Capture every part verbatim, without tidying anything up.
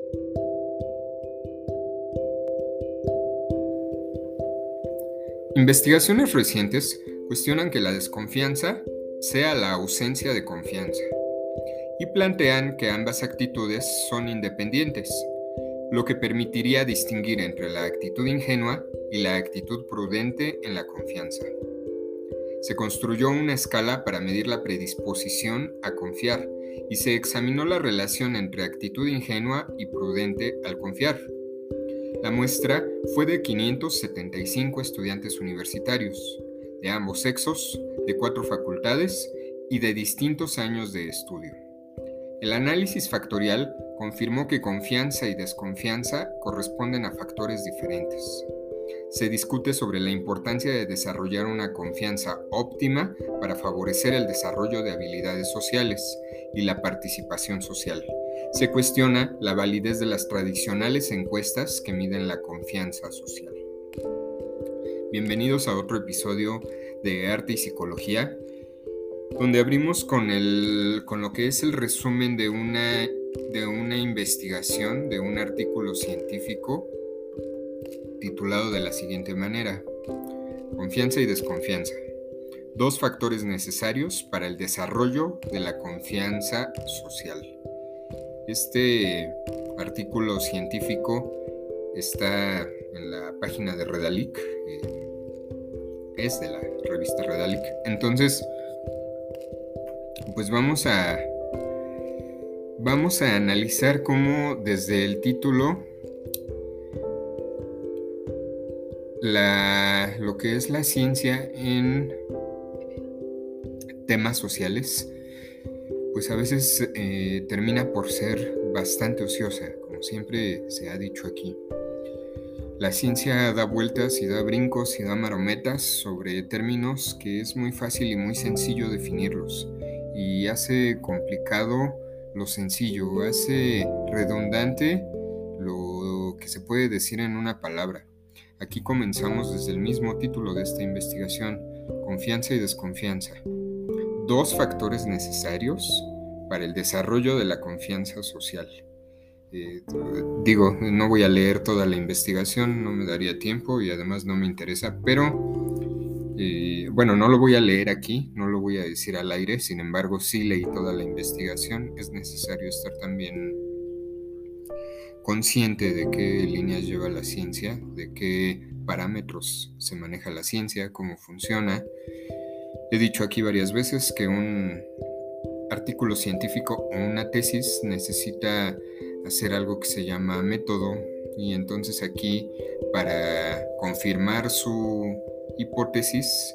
Investigaciones recientes cuestionan que la desconfianza sea la ausencia de confianza y plantean que ambas actitudes son independientes, lo que permitiría distinguir entre la actitud ingenua y la actitud prudente en la confianza. Se construyó una escala para medir la predisposición a confiar y se examinó la relación entre actitud ingenua y prudente al confiar. La muestra fue de quinientos setenta y cinco estudiantes universitarios, de ambos sexos, de cuatro facultades y de distintos años de estudio. El análisis factorial confirmó que confianza y desconfianza corresponden a factores diferentes. Se discute sobre la importancia de desarrollar una confianza óptima para favorecer el desarrollo de habilidades sociales y la participación social. Se cuestiona la validez de las tradicionales encuestas que miden la confianza social. Bienvenidos a otro episodio de Arte y Psicología, donde abrimos con, el, con lo que es el resumen de una, de una investigación, de un artículo científico titulado de la siguiente manera: Confianza y desconfianza. Dos factores necesarios para el desarrollo de la confianza social. Este artículo científico está en la página de Redalic, eh, es de la revista Redalic. Entonces, pues vamos a, vamos a analizar cómo desde el título la, lo que es la ciencia en temas sociales, pues a veces eh, termina por ser bastante ociosa, como siempre se ha dicho aquí. La ciencia da vueltas y da brincos y da marometas sobre términos que es muy fácil y muy sencillo definirlos, y hace complicado lo sencillo, hace redundante lo que se puede decir en una palabra. Aquí comenzamos desde el mismo título de esta investigación: confianza y desconfianza. Dos factores necesarios para el desarrollo de la confianza social. Eh, digo, no voy a leer toda la investigación, no me daría tiempo y además no me interesa, pero eh, bueno, no lo voy a leer aquí, no lo voy a decir al aire. Sin embargo, sí leí toda la investigación. Es necesario estar también consciente de qué líneas lleva la ciencia, de qué parámetros se maneja la ciencia, cómo funciona. He dicho aquí varias veces que un artículo científico o una tesis necesita hacer algo que se llama método, y entonces aquí, para confirmar su hipótesis,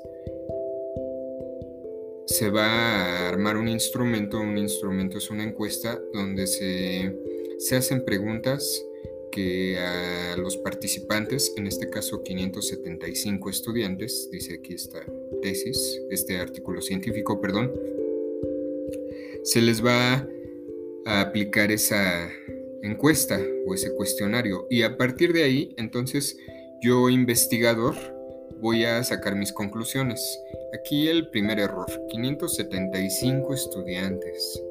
se va a armar un instrumento. Un instrumento es una encuesta donde se, se hacen preguntas que a los participantes, en este caso quinientos setenta y cinco estudiantes, dice aquí esta tesis, este artículo científico, perdón, se les va a aplicar esa encuesta o ese cuestionario, y a partir de ahí, entonces, yo, investigador, voy a sacar mis conclusiones. Aquí el primer error: quinientos setenta y cinco estudiantes.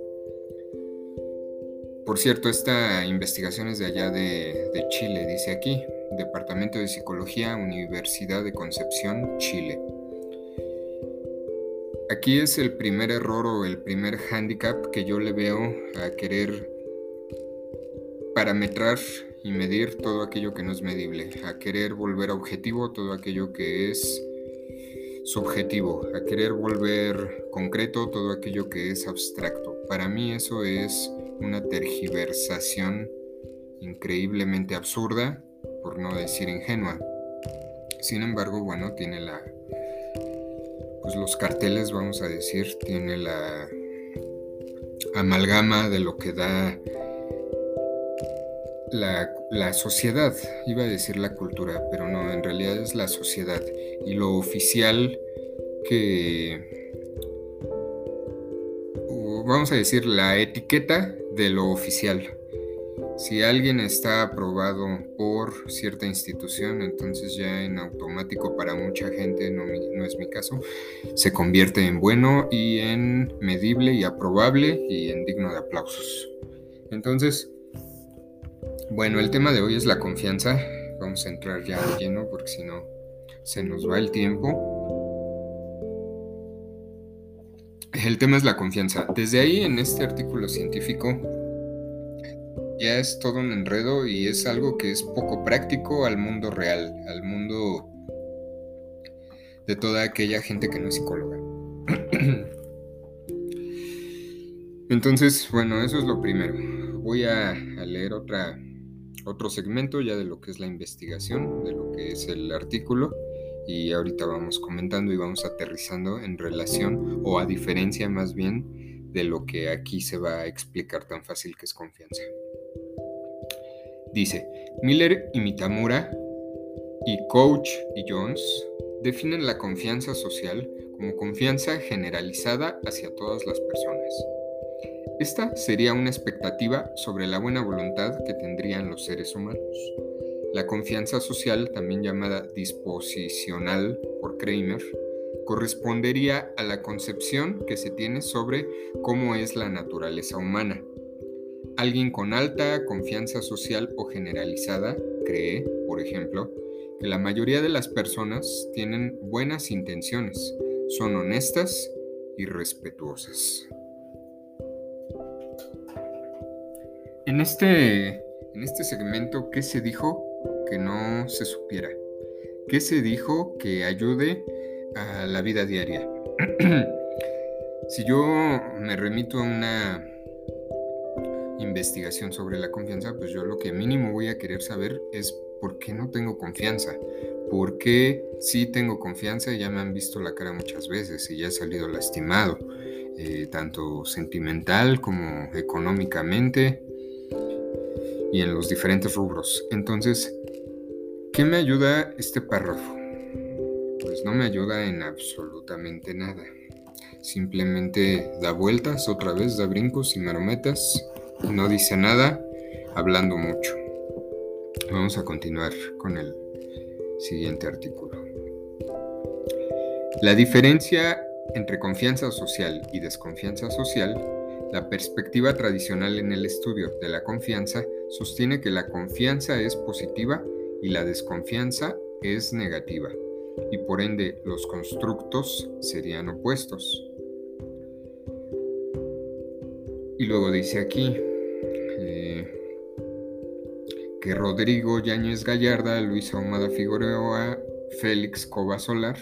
Por cierto, esta investigación es de allá de, de Chile, dice aquí, Departamento de Psicología, Universidad de Concepción, Chile. Aquí es el primer error o el primer hándicap que yo le veo a querer parametrar y medir todo aquello que no es medible, a querer volver objetivo todo aquello que es subjetivo, a querer volver concreto todo aquello que es abstracto. Para mí eso es una tergiversación increíblemente absurda, por no decir ingenua. Sin embargo, bueno, tiene la, pues los carteles, vamos a decir, tiene la amalgama de lo que da la, la sociedad. Iba a decir la cultura, pero no, en realidad es la sociedad, y lo oficial que, vamos a decir, la etiqueta de lo oficial. Si alguien está aprobado por cierta institución, entonces ya en automático, para mucha gente, no, no es mi caso, se convierte en bueno y en medible y aprobable y en digno de aplausos. Entonces, Bueno, el tema de hoy es la confianza. Vamos a entrar ya de lleno porque si no se nos va el tiempo. El tema es la confianza. Desde ahí, en este artículo científico, ya es todo un enredo y es algo que es poco práctico al mundo real, al mundo de toda aquella gente que no es psicóloga. Entonces, bueno, eso es lo primero. Voy a, a leer otra, otro segmento ya de lo que es la investigación, de lo que es el artículo, y ahorita vamos comentando y vamos aterrizando en relación, o a diferencia más bien, de lo que aquí se va a explicar tan fácil que es confianza. Dice, Miller y Mitamura y Couch y Jones definen la confianza social como confianza generalizada hacia todas las personas. Esta sería una expectativa sobre la buena voluntad que tendrían los seres humanos. La confianza social, también llamada disposicional por Kramer, correspondería a la concepción que se tiene sobre cómo es la naturaleza humana. Alguien con alta confianza social o generalizada cree, por ejemplo, que la mayoría de las personas tienen buenas intenciones, son honestas y respetuosas. En este, en este segmento, ¿qué se dijo que no se supiera? ¿Qué se dijo que ayude a la vida diaria? Si yo me remito a una investigación sobre la confianza, pues yo lo que mínimo voy a querer saber es por qué no tengo confianza. ¿Por qué sí tengo confianza? Ya me han visto la cara muchas veces y ya he salido lastimado, eh, tanto sentimental como económicamente y en los diferentes rubros. Entonces, ¿qué me ayuda este párrafo? Pues no me ayuda en absolutamente nada. Simplemente da vueltas otra vez, da brincos y marometas. No dice nada, hablando mucho. Vamos a continuar con el siguiente artículo. La diferencia entre confianza social y desconfianza social, la perspectiva tradicional en el estudio de la confianza sostiene que la confianza es positiva y la desconfianza es negativa, y por ende los constructos serían opuestos. Y luego dice aquí eh, que Rodrigo Yáñez Gallarda, Luis Ahumada Figueroa, Félix Cova Solar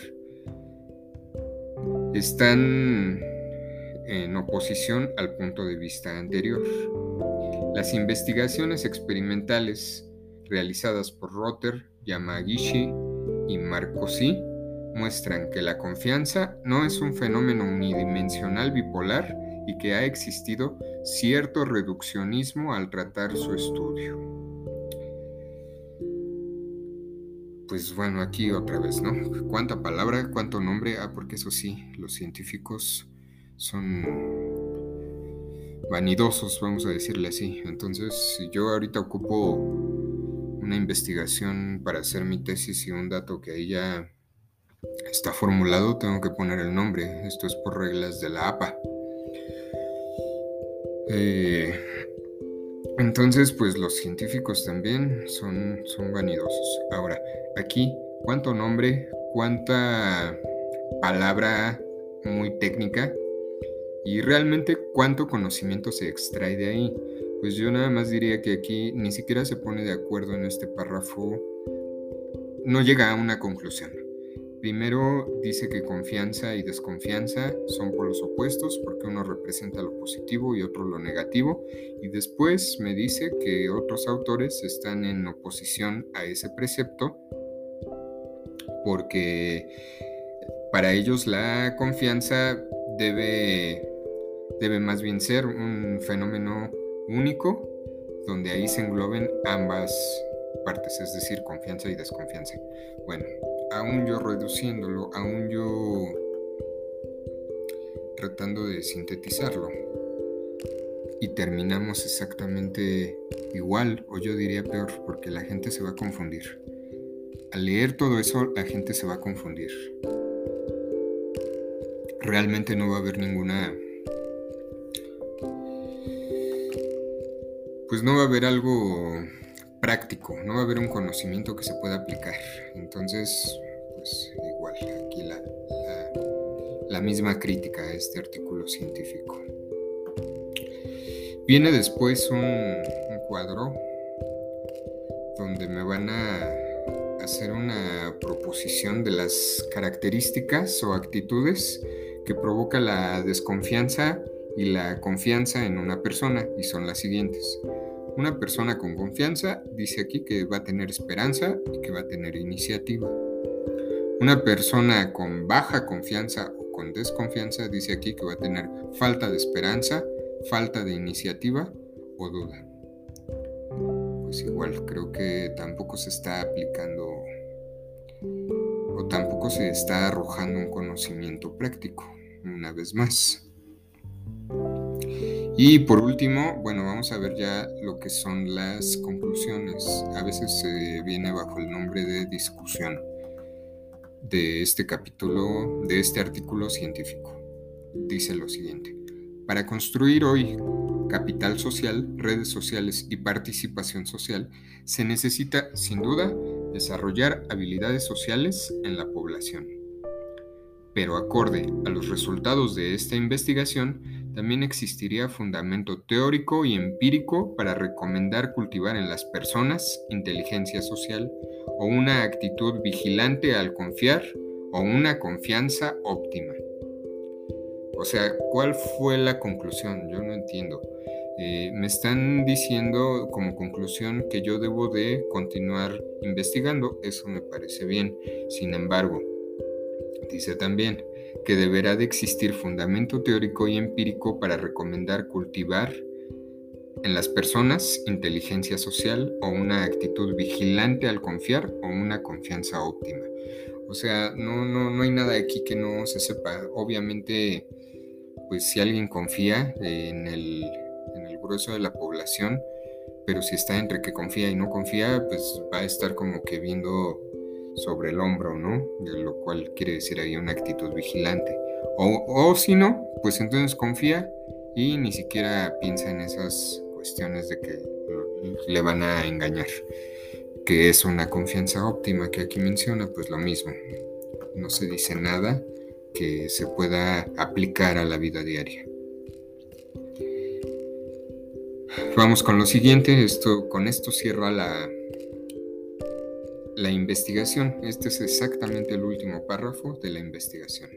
están en oposición al punto de vista anterior. Las investigaciones experimentales realizadas por Rotter, Yamagishi y Marcosi muestran que la confianza no es un fenómeno unidimensional bipolar y que ha existido cierto reduccionismo al tratar su estudio. Pues bueno, aquí otra vez, ¿no? ¿Cuánta palabra, cuánto nombre? Ah, porque eso sí, los científicos son vanidosos, vamos a decirle así. Entonces, si yo ahorita ocupo una investigación para hacer mi tesis y un dato que ahí ya está formulado, tengo que poner el nombre. Esto es por reglas de la A P A. Eh, entonces, pues los científicos también son, son vanidosos. Ahora, aquí, ¿cuánto nombre, cuánta palabra muy técnica y realmente cuánto conocimiento se extrae de ahí? Pues yo nada más diría que aquí ni siquiera se pone de acuerdo en este párrafo, no llega a una conclusión. Primero dice que confianza y desconfianza son polos opuestos porque uno representa lo positivo y otro lo negativo, y después me dice que otros autores están en oposición a ese precepto porque para ellos la confianza debe, debe más bien ser un fenómeno único donde ahí se engloben ambas partes, es decir, confianza y desconfianza. Bueno, aún yo reduciéndolo, aún yo tratando de sintetizarlo, y terminamos exactamente igual, o yo diría peor, porque la gente se va a confundir. Al leer todo eso, la gente se va a confundir. Realmente no va a haber ninguna... Pues no va a haber algo práctico, no va a haber un conocimiento que se pueda aplicar. Entonces, pues igual, aquí la, la, la misma crítica a este artículo científico. Viene después un, un cuadro donde me van a hacer una proposición de las características o actitudes que provoca la desconfianza y la confianza en una persona, y son las siguientes. Una persona con confianza dice aquí que va a tener esperanza y que va a tener iniciativa. Una persona con baja confianza o con desconfianza dice aquí que va a tener falta de esperanza, falta de iniciativa o duda. Pues igual creo que tampoco se está aplicando o tampoco se está arrojando un conocimiento práctico, una vez más. Y por último, bueno, vamos a ver ya lo que son las conclusiones. A veces se viene bajo el nombre de discusión de este capítulo, de este artículo científico. Dice lo siguiente: para construir hoy capital social, redes sociales y participación social, se necesita, sin duda, desarrollar habilidades sociales en la población. Pero acorde a los resultados de esta investigación, también existiría fundamento teórico y empírico para recomendar cultivar en las personas inteligencia social o una actitud vigilante al confiar o una confianza óptima. O sea, ¿cuál fue la conclusión? Yo no entiendo. Eh, me están diciendo como conclusión que yo debo de continuar investigando. Eso me parece bien. Sin embargo, dice también que deberá de existir fundamento teórico y empírico para recomendar cultivar en las personas inteligencia social o una actitud vigilante al confiar o una confianza óptima. O sea, no, no, no hay nada aquí que no se sepa. Obviamente, pues si alguien confía en el, en el grueso de la población, pero si está entre que confía y no confía, pues va a estar como que viendo sobre el hombro, ¿no? De lo cual quiere decir ahí una actitud vigilante. O, o si no, pues entonces confía y ni siquiera piensa en esas cuestiones de que le van a engañar. Que es una confianza óptima que aquí menciona, pues lo mismo. No se dice nada que se pueda aplicar a la vida diaria. Vamos con lo siguiente. Esto, con esto cierra la, la investigación. Este es exactamente el último párrafo de la investigación.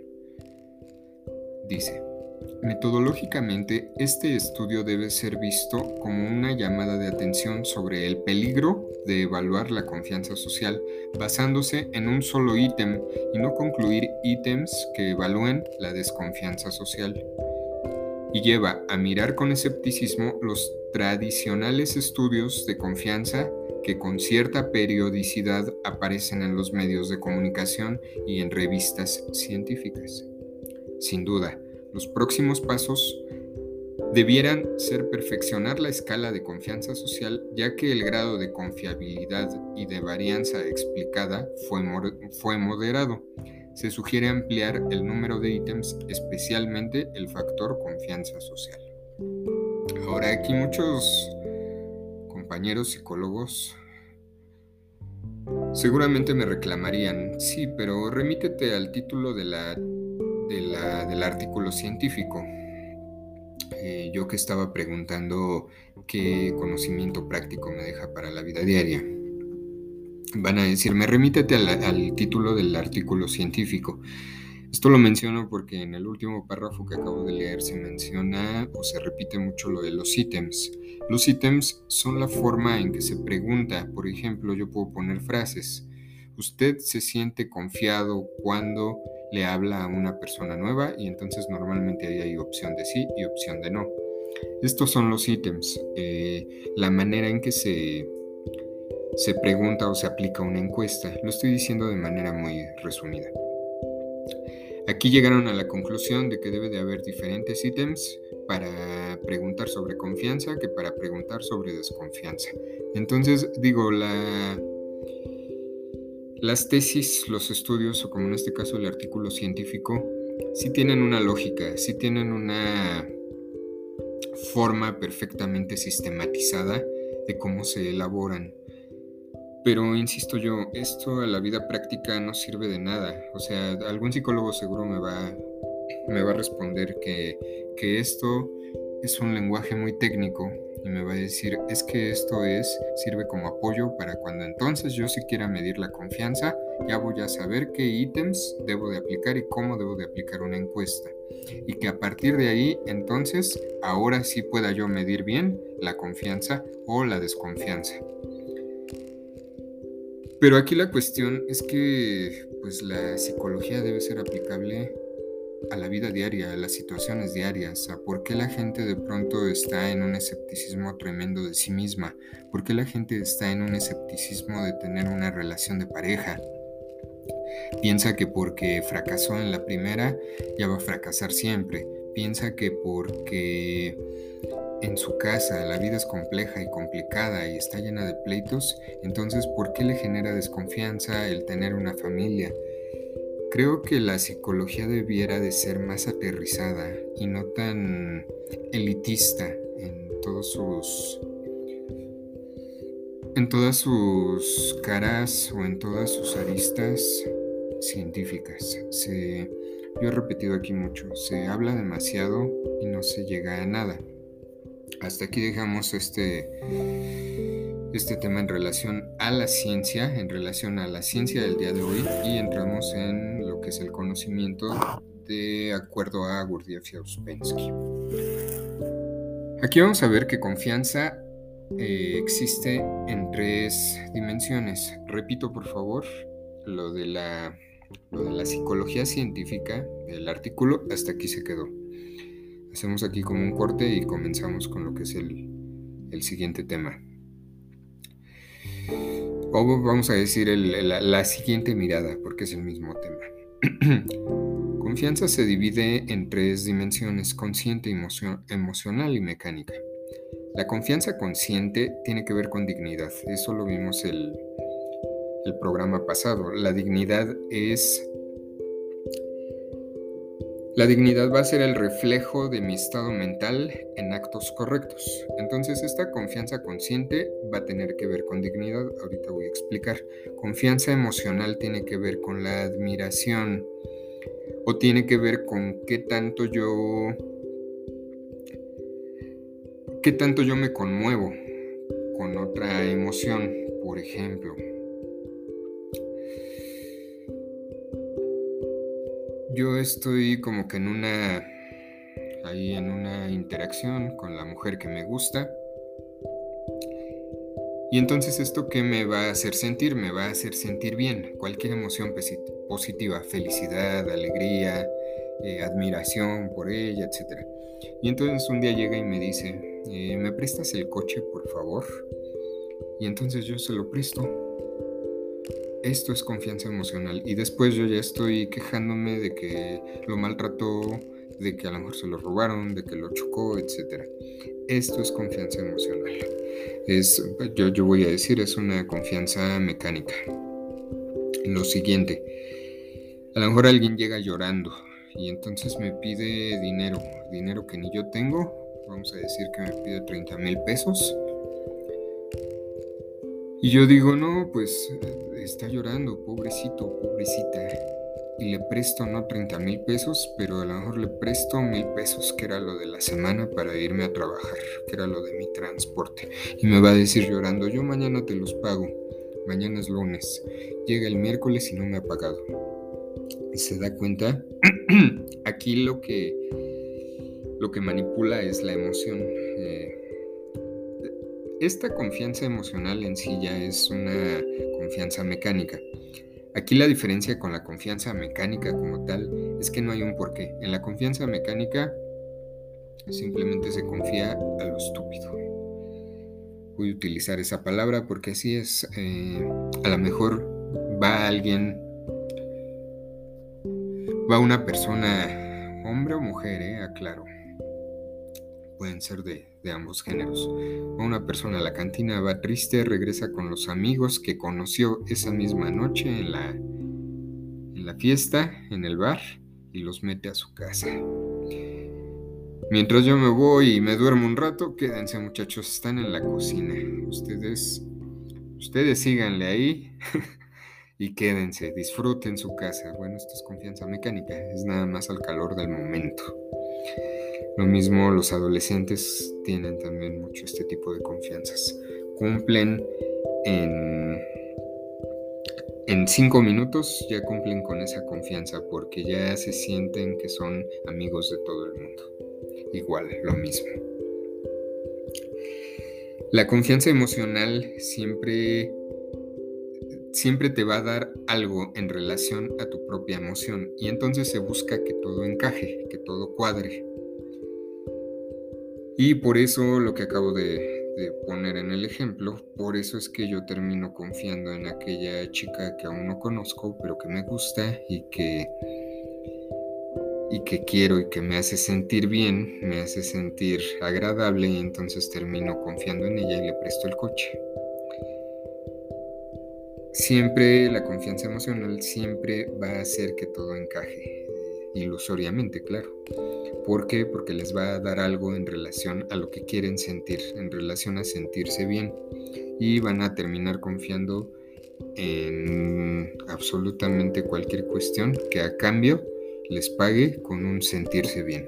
Dice: metodológicamente, este estudio debe ser visto como una llamada de atención sobre el peligro de evaluar la confianza social basándose en un solo ítem y no concluir ítems que evalúen la desconfianza social. Y lleva a mirar con escepticismo los tradicionales estudios de confianza que con cierta periodicidad aparecen en los medios de comunicación y en revistas científicas. Sin duda, los próximos pasos debieran ser perfeccionar la escala de confianza social, ya que el grado de confiabilidad y de varianza explicada fue, mo- fue moderado. Se sugiere ampliar el número de ítems, especialmente el factor confianza social. Ahora, aquí muchos compañeros psicólogos seguramente me reclamarían: sí, pero remítete al título de la, de la, del artículo científico. Eh, yo que estaba preguntando qué conocimiento práctico me deja para la vida diaria. Van a decirme: remítete al, al título del artículo científico. Esto lo menciono porque en el último párrafo que acabo de leer se menciona o se repite mucho lo de los ítems. Los ítems son la forma en que se pregunta. Por ejemplo, yo puedo poner frases: usted se siente confiado cuando le habla a una persona nueva, y entonces normalmente ahí hay opción de sí y opción de no. Estos son los ítems, eh, la manera en que se, se pregunta o se aplica una encuesta. Lo estoy diciendo de manera muy resumida. Aquí llegaron a la conclusión de que debe de haber diferentes ítems para preguntar sobre confianza que para preguntar sobre desconfianza. Entonces, digo, la... Las tesis, los estudios, o como en este caso el artículo científico, sí tienen una lógica, sí tienen una forma perfectamente sistematizada de cómo se elaboran. Pero insisto yo, esto a la vida práctica no sirve de nada. O sea, algún psicólogo seguro me va, me va a responder que, que esto es un lenguaje muy técnico y me va a decir, es que esto es, sirve como apoyo para cuando entonces yo si quiera medir la confianza, ya voy a saber qué ítems debo de aplicar y cómo debo de aplicar una encuesta. Y que a partir de ahí, entonces, ahora sí pueda yo medir bien la confianza o la desconfianza. Pero aquí la cuestión es que pues la psicología debe ser aplicable a la vida diaria, a las situaciones diarias, a por qué la gente de pronto está en un escepticismo tremendo de sí misma, por qué la gente está en un escepticismo de tener una relación de pareja. Piensa que porque fracasó en la primera, ya va a fracasar siempre. Piensa que porque en su casa la vida es compleja y complicada y está llena de pleitos, entonces ¿por qué le genera desconfianza el tener una familia? Creo que la psicología debiera de ser más aterrizada y no tan elitista en todos sus en todas sus caras o en todas sus aristas científicas. Se, yo he repetido aquí mucho, se habla demasiado y no se llega a nada. Hasta aquí dejamos este, este tema en relación a la ciencia, en relación a la ciencia del día de hoy, y entramos en lo que es el conocimiento de acuerdo a Gurdjieff y Ouspensky. Aquí vamos a ver que confianza eh, existe en tres dimensiones. Repito, por favor, lo de la, lo de la psicología científica del artículo, hasta aquí se quedó. Hacemos aquí como un corte y comenzamos con lo que es el, el siguiente tema. O vamos a decir el, la, la siguiente mirada, porque es el mismo tema. Confianza se divide en tres dimensiones: consciente, emocio- emocional y mecánica. La confianza consciente tiene que ver con dignidad. Eso lo vimos el, el programa pasado. La dignidad es... La dignidad va a ser el reflejo de mi estado mental en actos correctos. Entonces, esta confianza consciente va a tener que ver con dignidad. Ahorita voy a explicar. Confianza emocional tiene que ver con la admiración, o tiene que ver con qué tanto yo, qué tanto yo me conmuevo con otra emoción, por ejemplo. Yo estoy como que en una, ahí en una interacción con la mujer que me gusta. Y entonces esto ¿qué me va a hacer sentir? Me va a hacer sentir bien. Cualquier emoción positiva, felicidad, alegría, eh, admiración por ella, etcétera. Y entonces un día llega y me dice, eh, ¿me prestas el coche, por favor? Y entonces yo se lo presto. Esto es confianza emocional. Y después yo ya estoy quejándome de que lo maltrató, de que a lo mejor se lo robaron, de que lo chocó, etcétera. Esto es confianza emocional. Es, yo, yo voy a decir, es una confianza mecánica. Lo siguiente, a lo mejor alguien llega llorando y entonces me pide dinero, dinero que ni yo tengo. Vamos a decir que me pide treinta mil pesos. Y yo digo, no, pues está llorando, pobrecito, pobrecita. Y le presto no treinta mil pesos, pero a lo mejor le presto mil pesos, que era lo de la semana para irme a trabajar, que era lo de mi transporte. Y me va a decir llorando, yo mañana te los pago, mañana es lunes, llega el miércoles y no me ha pagado. Y se da cuenta, aquí lo que, lo que manipula es la emoción. Eh, esta confianza emocional en sí ya es una confianza mecánica. Aquí la diferencia con la confianza mecánica como tal es que no hay un porqué. En la confianza mecánica simplemente se confía a lo estúpido. Voy a utilizar esa palabra porque así es. Eh, a lo mejor va alguien, va una persona, hombre o mujer, eh, aclaro. Pueden ser de, de ambos géneros. Va una persona a la cantina, va triste, regresa con los amigos que conoció esa misma noche en la, en la fiesta, en el bar, y los mete a su casa. Mientras yo me voy y me duermo un rato, quédense muchachos, están en la cocina. Ustedes, Ustedes síganle ahí y quédense, disfruten su casa. Bueno, esto es confianza mecánica, es nada más al calor del momento. Lo mismo los adolescentes tienen también mucho este tipo de confianzas. Cumplen en, en cinco minutos, ya cumplen con esa confianza porque ya se sienten que son amigos de todo el mundo. Igual, lo mismo. La confianza emocional siempre, siempre te va a dar algo en relación a tu propia emoción y entonces se busca que todo encaje, que todo cuadre. Y por eso lo que acabo de, de poner en el ejemplo, por eso es que yo termino confiando en aquella chica que aún no conozco, pero que me gusta y que, y que quiero y que me hace sentir bien, me hace sentir agradable y entonces termino confiando en ella y le presto el coche. Siempre la confianza emocional siempre va a hacer que todo encaje, ilusoriamente, claro. ¿Por qué? Porque les va a dar algo en relación a lo que quieren sentir, en relación a sentirse bien. Y van a terminar confiando en absolutamente cualquier cuestión que a cambio les pague con un sentirse bien.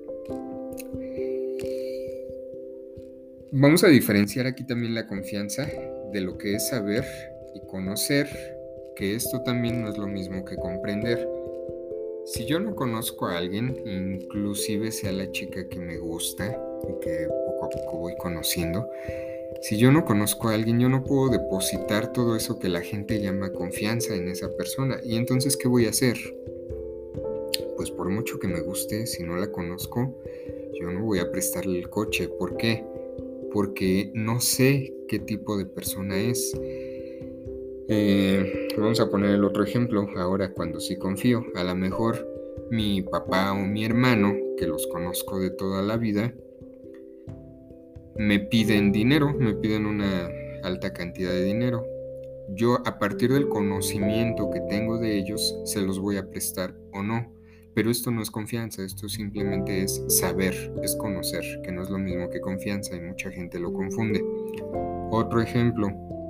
Vamos a diferenciar aquí también la confianza de lo que es saber y conocer, que esto también no es lo mismo que comprender. Si yo no conozco a alguien, inclusive sea la chica que me gusta y que poco a poco voy conociendo, si yo no conozco a alguien, yo no puedo depositar todo eso que la gente llama confianza en esa persona. ¿Y entonces qué voy a hacer? Pues por mucho que me guste, si no la conozco, yo no voy a prestarle el coche. ¿Por qué? Porque no sé qué tipo de persona es. Eh, vamos a poner el otro ejemplo, ahora cuando sí confío. A lo mejor mi papá o mi hermano, que los conozco de toda la vida, me piden dinero, me piden una alta cantidad de dinero. Yo, a partir del conocimiento que tengo de ellos, se los voy a prestar o no. Pero esto no es confianza, esto simplemente es saber, es conocer, que no es lo mismo que confianza y mucha gente lo confunde. Otro ejemplo.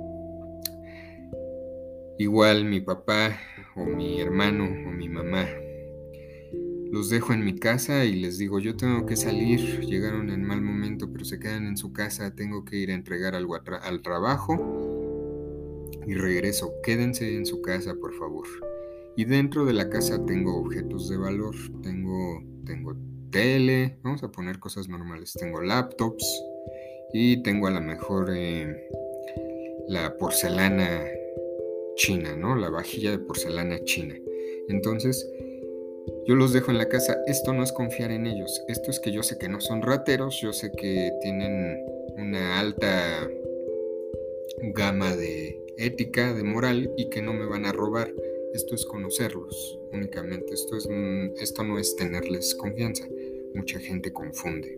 Igual mi papá o mi hermano o mi mamá, los dejo en mi casa y les digo, yo tengo que salir, llegaron en mal momento, pero se quedan en su casa, tengo que ir a entregar algo a tra- al trabajo y regreso, quédense en su casa, por favor. Y dentro de la casa tengo objetos de valor, tengo, tengo tele, vamos a poner cosas normales, tengo laptops y tengo a lo mejor eh, la porcelana china, ¿no? La vajilla de porcelana china. Entonces, yo los dejo en la casa. Esto no es confiar en ellos. Esto es que yo sé que no son rateros. Yo sé que tienen una alta gama de ética, de moral y que no me van a robar. Esto es conocerlos únicamente. Esto, es, esto no es tenerles confianza. Mucha gente confunde.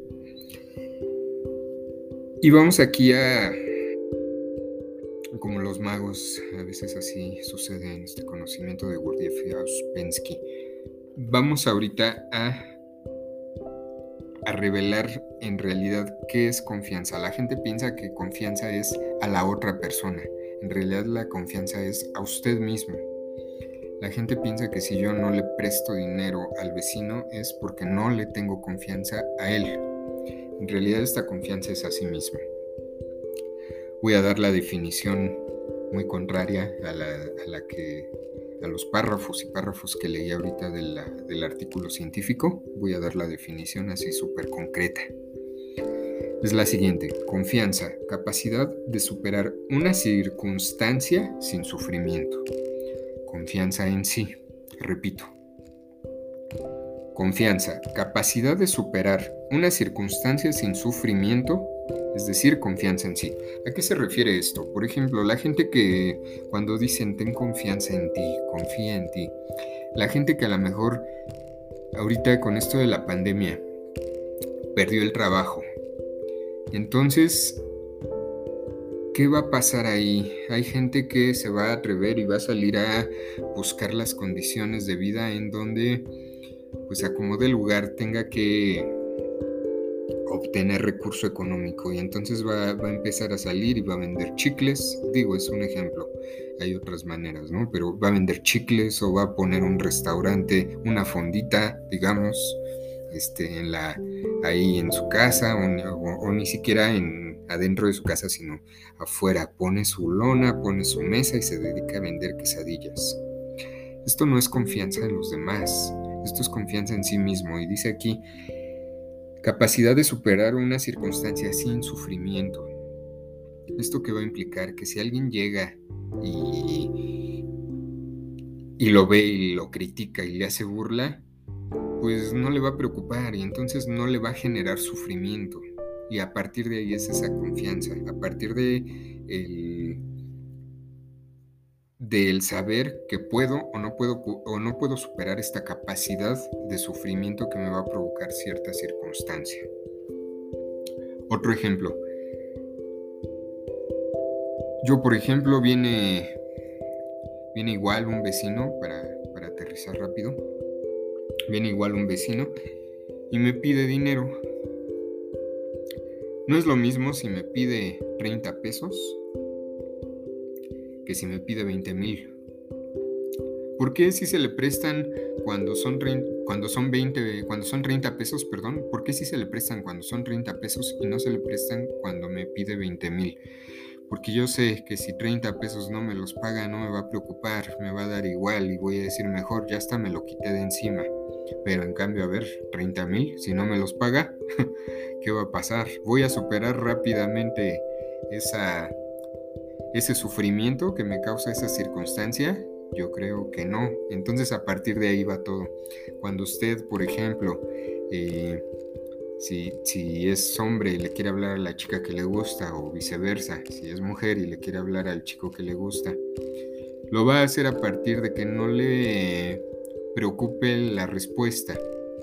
Y vamos aquí a... Como los magos, a veces así sucede en este conocimiento de Gurdjieff y Ouspensky. Vamos ahorita a, a revelar en realidad qué es confianza. La gente piensa que confianza es a la otra persona. En realidad la confianza es a usted mismo. La gente piensa que si yo no le presto dinero al vecino es porque no le tengo confianza a él. En realidad esta confianza es a sí mismo. Voy a dar la definición muy contraria a la, a la que a los párrafos y párrafos que leí ahorita de la, del artículo científico. Voy a dar la definición así súper concreta. Es la siguiente: confianza, capacidad de superar una circunstancia sin sufrimiento. Confianza en sí. Repito. Confianza, capacidad de superar una circunstancia sin sufrimiento, es decir, confianza en sí. ¿A qué se refiere esto? Por ejemplo, la gente que cuando dicen ten confianza en ti, confía en ti, la gente que a lo mejor ahorita con esto de la pandemia perdió el trabajo. Entonces, ¿qué va a pasar ahí? Hay gente que se va a atrever y va a salir a buscar las condiciones de vida en donde, pues, acomode lugar, tenga que obtener recurso económico y entonces va, va a empezar a salir y va a vender chicles. Digo, es un ejemplo, hay otras maneras, ¿no? Pero va a vender chicles o va a poner un restaurante, una fondita, digamos, este, en la, ahí en su casa o, o, o ni siquiera en, adentro de su casa, sino afuera. Pone su lona, pone su mesa y se dedica a vender quesadillas. Esto no es confianza en los demás, esto es confianza en sí mismo. Y dice aquí, capacidad de superar una circunstancia sin sufrimiento. Esto que va a implicar que si alguien llega y, y lo ve y lo critica y le hace burla, pues no le va a preocupar y entonces no le va a generar sufrimiento. Y a partir de ahí es esa confianza, a partir de el, del saber que puedo o no puedo o no puedo superar esta capacidad de sufrimiento que me va a provocar cierta circunstancia. Otro ejemplo. Yo, por ejemplo, viene, viene igual un vecino, para, para aterrizar rápido, viene igual un vecino y me pide dinero. No es lo mismo si me pide treinta pesos que si me pide veinte mil. ¿Por qué si se le prestan cuando son, cuando son veinte, cuando son treinta pesos, perdón? ¿Por qué si se le prestan cuando son treinta pesos y no se le prestan cuando me pide veinte mil? Porque yo sé que si treinta pesos no me los paga, no me va a preocupar, me va a dar igual y voy a decir mejor, ya hasta me lo quité de encima. Pero en cambio, a ver, treinta mil, si no me los paga, ¿qué va a pasar? ¿Voy a superar rápidamente esa, ese sufrimiento que me causa esa circunstancia? Yo creo que no. Entonces a partir de ahí va todo. Cuando usted, por ejemplo, eh, Si, si es hombre y le quiere hablar a la chica que le gusta o viceversa, si es mujer y le quiere hablar al chico que le gusta, lo va a hacer a partir de que no le preocupe la respuesta.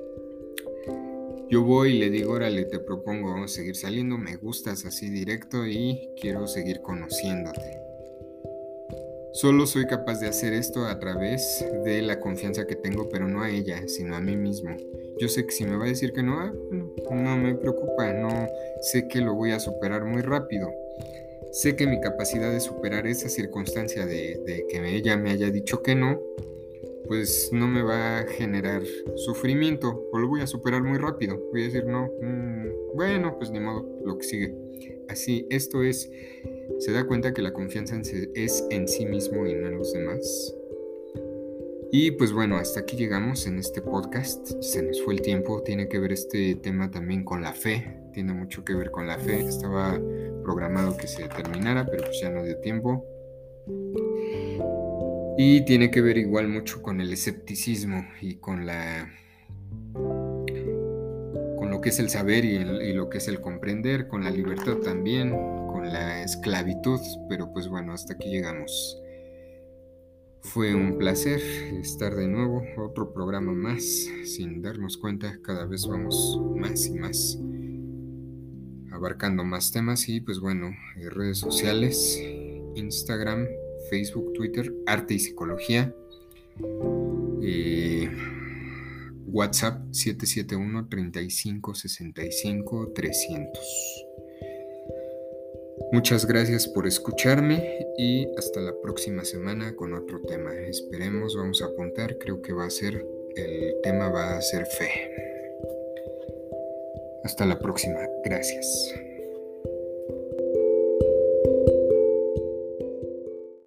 Yo voy y le digo, órale, te propongo, vamos a seguir saliendo, me gustas así directo y quiero seguir conociéndote. Solo soy capaz de hacer esto a través de la confianza que tengo, pero no a ella, sino a mí mismo. Yo sé que si me va a decir que no, no, no me preocupa, no sé que lo voy a superar muy rápido. Sé que mi capacidad de superar esa circunstancia de, de que ella me haya dicho que no, pues no me va a generar sufrimiento o lo voy a superar muy rápido. Voy a decir no, mmm, bueno, pues ni modo, lo que sigue. Así, esto es, se da cuenta que la confianza es en sí mismo y no en los demás. Y pues bueno, hasta aquí llegamos en este podcast. Se nos fue el tiempo. Tiene que ver este tema también con la fe. Tiene mucho que ver con la fe. Estaba programado que se terminara, pero pues ya no dio tiempo. Y tiene que ver igual mucho con el escepticismo y con la con lo que es el saber y, el, y lo que es el comprender, con la libertad también, con la esclavitud. Pero pues bueno, hasta aquí llegamos. Fue un placer estar de nuevo, otro programa más. Sin darnos cuenta, cada vez vamos más y más abarcando más temas. Y pues bueno, redes sociales, Instagram, Facebook, Twitter, Arte y Psicología, eh, WhatsApp siete siete uno, treinta y cinco, sesenta y cinco, trescientos. Muchas gracias por escucharme y hasta la próxima semana con otro tema. Esperemos, vamos a apuntar, creo que va a ser, el tema va a ser fe. Hasta la próxima, gracias.